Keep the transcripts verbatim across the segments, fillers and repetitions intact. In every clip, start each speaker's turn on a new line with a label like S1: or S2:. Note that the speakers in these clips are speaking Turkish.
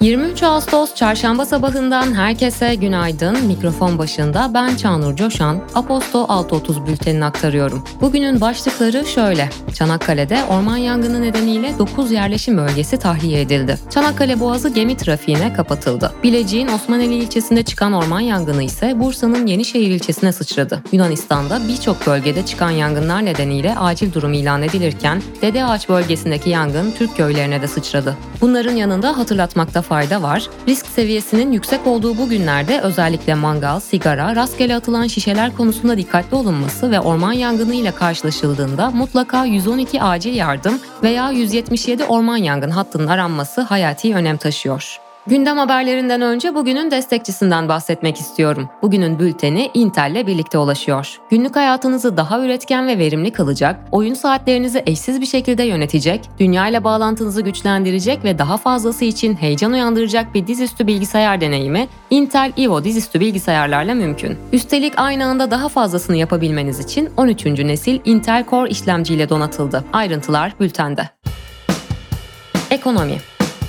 S1: yirmi üç Ağustos Çarşamba sabahından herkese günaydın. Mikrofon başında ben Çağnur Coşan, Aposto altı otuz bültenini aktarıyorum. Bugünün başlıkları şöyle. Çanakkale'de orman yangını nedeniyle dokuz yerleşim bölgesi tahliye edildi. Çanakkale Boğazı gemi trafiğine kapatıldı. Bilecik'in Osmaneli ilçesinde çıkan orman yangını ise Bursa'nın Yenişehir ilçesine sıçradı. Yunanistan'da birçok bölgede çıkan yangınlar nedeniyle acil durum ilan edilirken Dede Ağaç bölgesindeki yangın Türk köylerine de sıçradı. Bunların yanında hatırlatmakta fayda var. Risk seviyesinin yüksek olduğu bu günlerde özellikle mangal, sigara, rastgele atılan şişeler konusunda dikkatli olunması ve orman yangını ile karşılaşıldığında mutlaka yüz on iki acil yardım veya yüz yetmiş yedi orman yangın hattının aranması hayati önem taşıyor. Gündem haberlerinden önce bugünün destekçisinden bahsetmek istiyorum. Bugünün bülteni Intel'le birlikte ulaşıyor. Günlük hayatınızı daha üretken ve verimli kılacak, oyun saatlerinizi eşsiz bir şekilde yönetecek, dünya ile bağlantınızı güçlendirecek ve daha fazlası için heyecan uyandıracak bir dizüstü bilgisayar deneyimi Intel Evo dizüstü bilgisayarlarla mümkün. Üstelik aynı anda daha fazlasını yapabilmeniz için on üçüncü nesil Intel Core işlemciyle donatıldı. Ayrıntılar bültende. Ekonomi.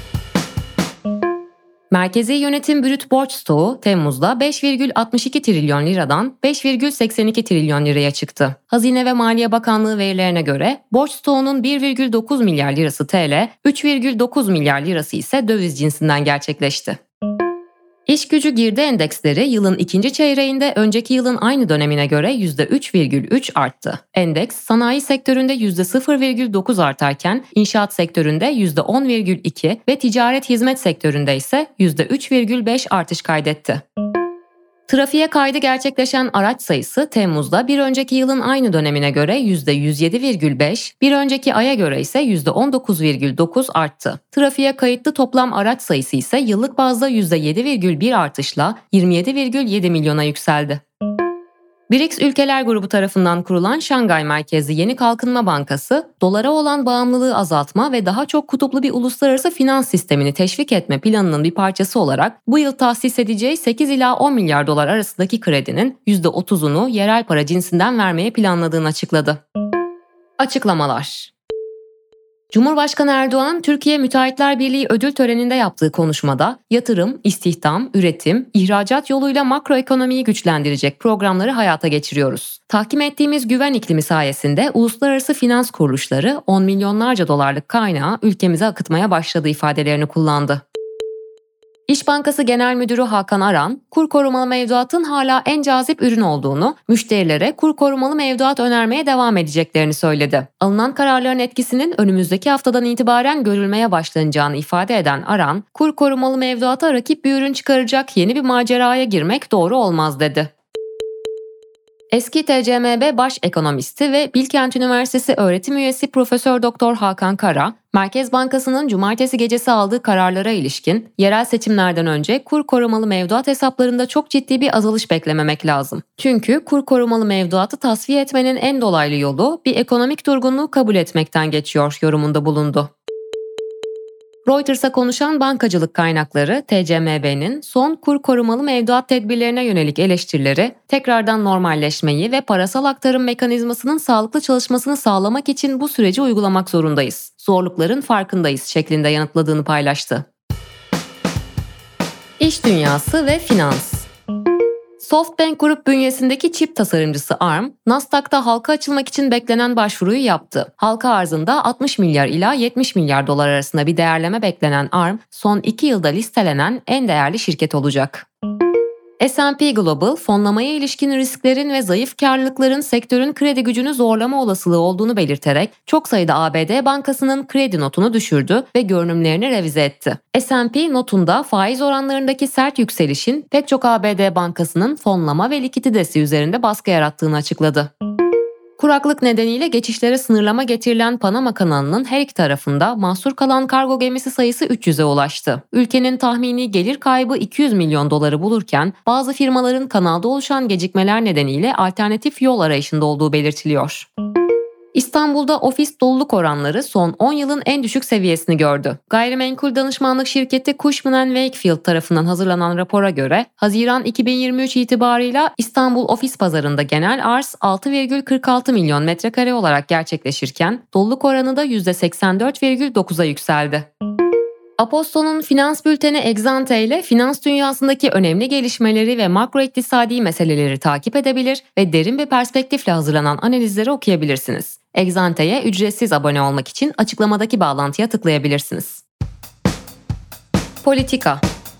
S1: Merkezi Yönetim Brüt Borç Stoğu Temmuz'da beş virgül altmış iki trilyon liradan beş virgül seksen iki trilyon liraya çıktı. Hazine ve Maliye Bakanlığı verilerine göre borç stoğunun bir virgül dokuz milyar lirası T L, üç virgül dokuz milyar lirası ise döviz cinsinden gerçekleşti. İşgücü girdi endeksleri yılın ikinci çeyreğinde önceki yılın aynı dönemine göre yüzde üç virgül üç arttı. Endeks sanayi sektöründe yüzde sıfır virgül dokuz artarken inşaat sektöründe yüzde on virgül iki ve ticaret hizmet sektöründe ise yüzde üç virgül beş artış kaydetti. Trafiğe kaydı gerçekleşen araç sayısı Temmuz'da bir önceki yılın aynı dönemine göre yüzde yüz yedi virgül beş, bir önceki aya göre ise yüzde on dokuz virgül dokuz arttı. Trafiğe kayıtlı toplam araç sayısı ise yıllık bazda yüzde yedi virgül bir artışla yirmi yedi virgül yedi milyona yükseldi. B R I C S ülkeler grubu tarafından kurulan Şangay merkezli Yeni Kalkınma Bankası, dolara olan bağımlılığı azaltma ve daha çok kutuplu bir uluslararası finans sistemini teşvik etme planının bir parçası olarak bu yıl tahsis edeceği sekiz ila on milyar dolar arasındaki kredinin yüzde otuzunu yerel para cinsinden vermeye planladığını açıkladı. Açıklamalar. Cumhurbaşkanı Erdoğan, Türkiye Müteahhitler Birliği ödül töreninde yaptığı konuşmada yatırım, istihdam, üretim, ihracat yoluyla makroekonomiyi güçlendirecek programları hayata geçiriyoruz. Tahkim ettiğimiz güven iklimi sayesinde uluslararası finans kuruluşları on milyonlarca dolarlık kaynağı ülkemize akıtmaya başladı ifadelerini kullandı. İş Bankası Genel Müdürü Hakan Aran, kur korumalı mevduatın hala en cazip ürün olduğunu, müşterilere kur korumalı mevduat önermeye devam edeceklerini söyledi. Alınan kararların etkisinin önümüzdeki haftadan itibaren görülmeye başlanacağını ifade eden Aran, kur korumalı mevduata rakip bir ürün çıkaracak yeni bir maceraya girmek doğru olmaz dedi. Eski T C M B baş ekonomisti ve Bilkent Üniversitesi öğretim üyesi Profesör Doktor Hakan Kara, Merkez Bankası'nın cumartesi gecesi aldığı kararlara ilişkin yerel seçimlerden önce kur korumalı mevduat hesaplarında çok ciddi bir azalış beklememek lazım. Çünkü kur korumalı mevduatı tasfiye etmenin en dolaylı yolu bir ekonomik durgunluğu kabul etmekten geçiyor yorumunda bulundu. Reuters'a konuşan bankacılık kaynakları T C M B'nin son kur korumalı mevduat tedbirlerine yönelik eleştirileri, tekrardan normalleşmeyi ve parasal aktarım mekanizmasının sağlıklı çalışmasını sağlamak için bu süreci uygulamak zorundayız. Zorlukların farkındayız şeklinde yanıtladığını paylaştı. İş dünyası ve finans. SoftBank Grup bünyesindeki çip tasarımcısı Arm, Nasdaq'ta halka açılmak için beklenen başvuruyu yaptı. Halka arzında altmış milyar ila yetmiş milyar dolar arasında bir değerleme beklenen Arm, son iki yılda listelenen en değerli şirket olacak. S and P Global, fonlamaya ilişkin risklerin ve zayıf karlılıkların sektörün kredi gücünü zorlama olasılığı olduğunu belirterek çok sayıda A B D bankasının kredi notunu düşürdü ve görünümlerini revize etti. S and P notunda faiz oranlarındaki sert yükselişin pek çok A B D bankasının fonlama ve likiditesi üzerinde baskı yarattığını açıkladı. Kuraklık nedeniyle geçişlere sınırlama getirilen Panama kanalının her iki tarafında mahsur kalan kargo gemisi sayısı üç yüze ulaştı. Ülkenin tahmini gelir kaybı iki yüz milyon doları bulurken bazı firmaların kanalda oluşan gecikmeler nedeniyle alternatif yol arayışında olduğu belirtiliyor. İstanbul'da ofis doluluk oranları son on yılın en düşük seviyesini gördü. Gayrimenkul danışmanlık şirketi Cushman and Wakefield tarafından hazırlanan rapora göre Haziran iki bin yirmi üç itibarıyla İstanbul ofis pazarında genel arz altı virgül kırk altı milyon metrekare olarak gerçekleşirken doluluk oranı da yüzde seksen dört virgül dokuza yükseldi. Aposto'nun finans bülteni Exante ile finans dünyasındaki önemli gelişmeleri ve makro iktisadi meseleleri takip edebilir ve derin bir perspektifle hazırlanan analizleri okuyabilirsiniz. Exante'ye ücretsiz abone olmak için açıklamadaki bağlantıya tıklayabilirsiniz. Politika.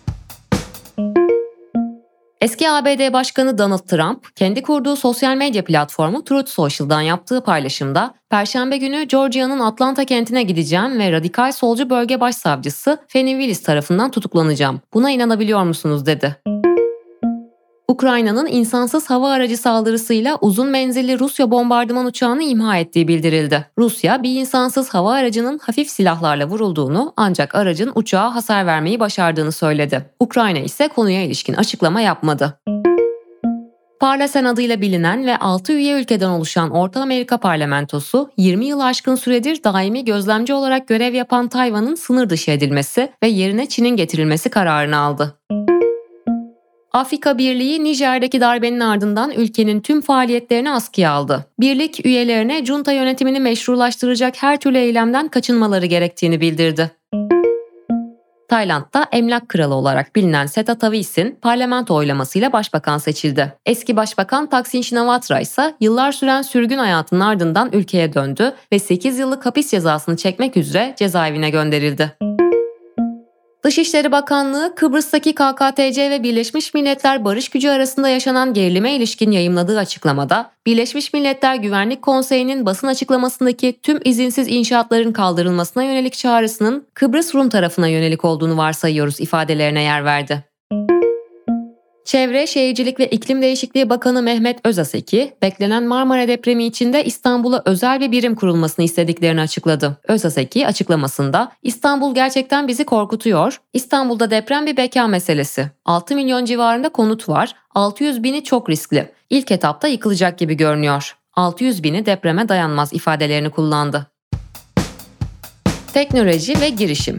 S1: Eski A B D Başkanı Donald Trump, kendi kurduğu sosyal medya platformu Truth Social'dan yaptığı paylaşımda, Perşembe günü Georgia'nın Atlanta kentine gideceğim ve radikal solcu bölge başsavcısı Fani Willis tarafından tutuklanacağım. Buna inanabiliyor musunuz dedi. Ukrayna'nın insansız hava aracı saldırısıyla uzun menzilli Rusya bombardıman uçağını imha ettiği bildirildi. Rusya, bir insansız hava aracının hafif silahlarla vurulduğunu ancak aracın uçağa hasar vermeyi başardığını söyledi. Ukrayna ise konuya ilişkin açıklama yapmadı. Parlasen adıyla bilinen ve altı üye ülkeden oluşan Orta Amerika Parlamentosu, yirmi yıl aşkın süredir daimi gözlemci olarak görev yapan Tayvan'ın sınır dışı edilmesi ve yerine Çin'in getirilmesi kararını aldı. Afrika Birliği, Nijer'deki darbenin ardından ülkenin tüm faaliyetlerini askıya aldı. Birlik, üyelerine junta yönetimini meşrulaştıracak her türlü eylemden kaçınmaları gerektiğini bildirdi. Tayland'da emlak kralı olarak bilinen Sethatavisin parlamento oylamasıyla başbakan seçildi. Eski başbakan Thaksin Shinawatra ise yıllar süren sürgün hayatının ardından ülkeye döndü ve sekiz yıllık hapis cezasını çekmek üzere cezaevine gönderildi. Dışişleri Bakanlığı, Kıbrıs'taki K K T C ve Birleşmiş Milletler Barış Gücü arasında yaşanan gerilime ilişkin yayımladığı açıklamada, Birleşmiş Milletler Güvenlik Konseyi'nin basın açıklamasındaki tüm izinsiz inşaatların kaldırılmasına yönelik çağrısının Kıbrıs Rum tarafına yönelik olduğunu varsayıyoruz ifadelerine yer verdi. Çevre, Şehircilik ve İklim Değişikliği Bakanı Mehmet Özaseki, beklenen Marmara depremi içinde İstanbul'a özel bir birim kurulmasını istediklerini açıkladı. Özaseki açıklamasında, İstanbul gerçekten bizi korkutuyor. İstanbul'da deprem bir beka meselesi. altı milyon civarında konut var. altı yüz bini çok riskli. İlk etapta yıkılacak gibi görünüyor. altı yüz bini depreme dayanmaz ifadelerini kullandı. Teknoloji ve girişim.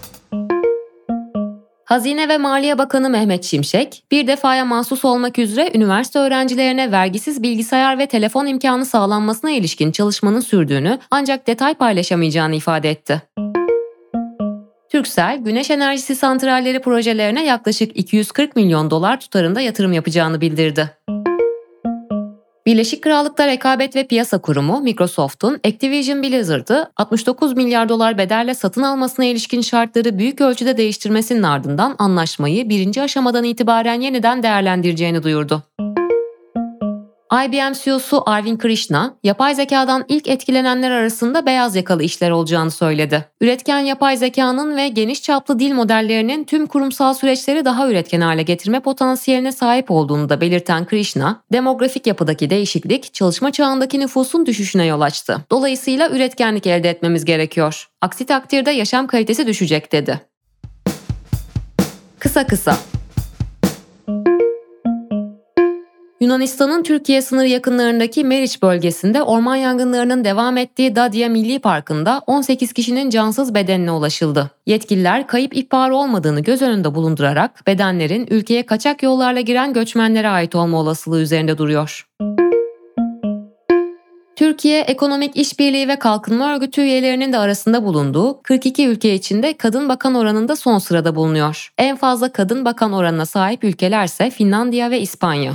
S1: Hazine ve Maliye Bakanı Mehmet Şimşek, bir defaya mahsus olmak üzere üniversite öğrencilerine vergisiz bilgisayar ve telefon imkanı sağlanmasına ilişkin çalışmanın sürdüğünü ancak detay paylaşamayacağını ifade etti. Turkcell, güneş enerjisi santralleri projelerine yaklaşık iki yüz kırk milyon dolar tutarında yatırım yapacağını bildirdi. Birleşik Krallık'ta Rekabet ve Piyasa Kurumu, Microsoft'un Activision Blizzard'ı altmış dokuz milyar dolar bedelle satın almasına ilişkin şartları büyük ölçüde değiştirmesinin ardından anlaşmayı birinci aşamadan itibaren yeniden değerlendireceğini duyurdu. I B M C E O'su Arvind Krishna, yapay zekadan ilk etkilenenler arasında beyaz yakalı işler olacağını söyledi. Üretken yapay zekanın ve geniş çaplı dil modellerinin tüm kurumsal süreçleri daha üretken hale getirme potansiyeline sahip olduğunu da belirten Krishna, demografik yapıdaki değişiklik çalışma çağındaki nüfusun düşüşüne yol açtı. Dolayısıyla üretkenlik elde etmemiz gerekiyor. Aksi takdirde yaşam kalitesi düşecek dedi. Kısa kısa. Yunanistan'ın Türkiye sınırı yakınlarındaki Meriç bölgesinde orman yangınlarının devam ettiği Dadia Milli Parkı'nda on sekiz kişinin cansız bedenine ulaşıldı. Yetkililer kayıp ihbarı olmadığını göz önünde bulundurarak bedenlerin ülkeye kaçak yollarla giren göçmenlere ait olma olasılığı üzerinde duruyor. Türkiye, Ekonomik İşbirliği ve Kalkınma Örgütü üyelerinin de arasında bulunduğu kırk iki ülke içinde kadın bakan oranında son sırada bulunuyor. En fazla kadın bakan oranına sahip ülkelerse Finlandiya ve İspanya.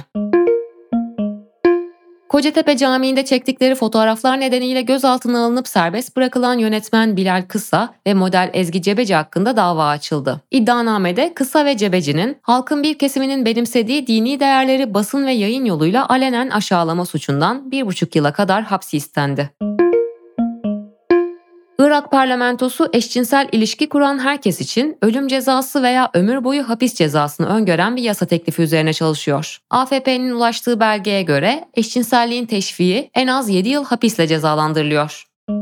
S1: Kocatepe Camii'nde çektikleri fotoğraflar nedeniyle gözaltına alınıp serbest bırakılan yönetmen Bilal Kısa ve model Ezgi Cebeci hakkında dava açıldı. İddianamede Kısa ve Cebeci'nin halkın bir kesiminin benimsediği dini değerleri basın ve yayın yoluyla alenen aşağılama suçundan bir buçuk yıla kadar hapsi istendi. Irak parlamentosu eşcinsel ilişki kuran herkes için ölüm cezası veya ömür boyu hapis cezasını öngören bir yasa teklifi üzerine çalışıyor. A F P'nin ulaştığı belgeye göre eşcinselliğin teşviği en az yedi yıl hapisle cezalandırılıyor.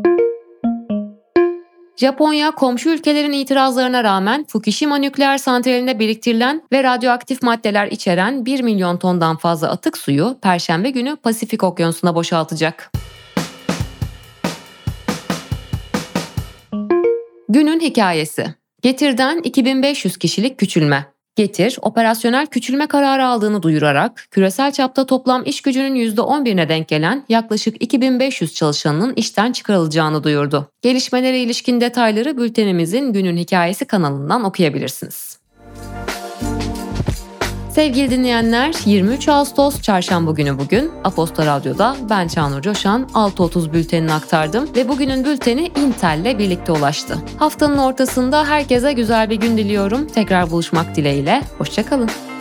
S1: Japonya, komşu ülkelerin itirazlarına rağmen Fukushima nükleer santralinde biriktirilen ve radyoaktif maddeler içeren bir milyon tondan fazla atık suyu Perşembe günü Pasifik Okyanusu'na boşaltacak. Günün hikayesi. Getir'den iki bin beş yüz kişilik küçülme. Getir, operasyonel küçülme kararı aldığını duyurarak küresel çapta toplam iş gücünün yüzde on birine denk gelen yaklaşık iki bin beş yüz çalışanının işten çıkarılacağını duyurdu. Gelişmelere ilişkin detayları bültenimizin Günün Hikayesi kanalından okuyabilirsiniz. Sevgili dinleyenler, yirmi üç Ağustos Çarşamba günü bugün Aposto Radyo'da ben Çağnur Coşan altı otuz bültenini aktardım ve bugünün bülteni Intel'le birlikte ulaştı. Haftanın ortasında herkese güzel bir gün diliyorum. Tekrar buluşmak dileğiyle, hoşça kalın.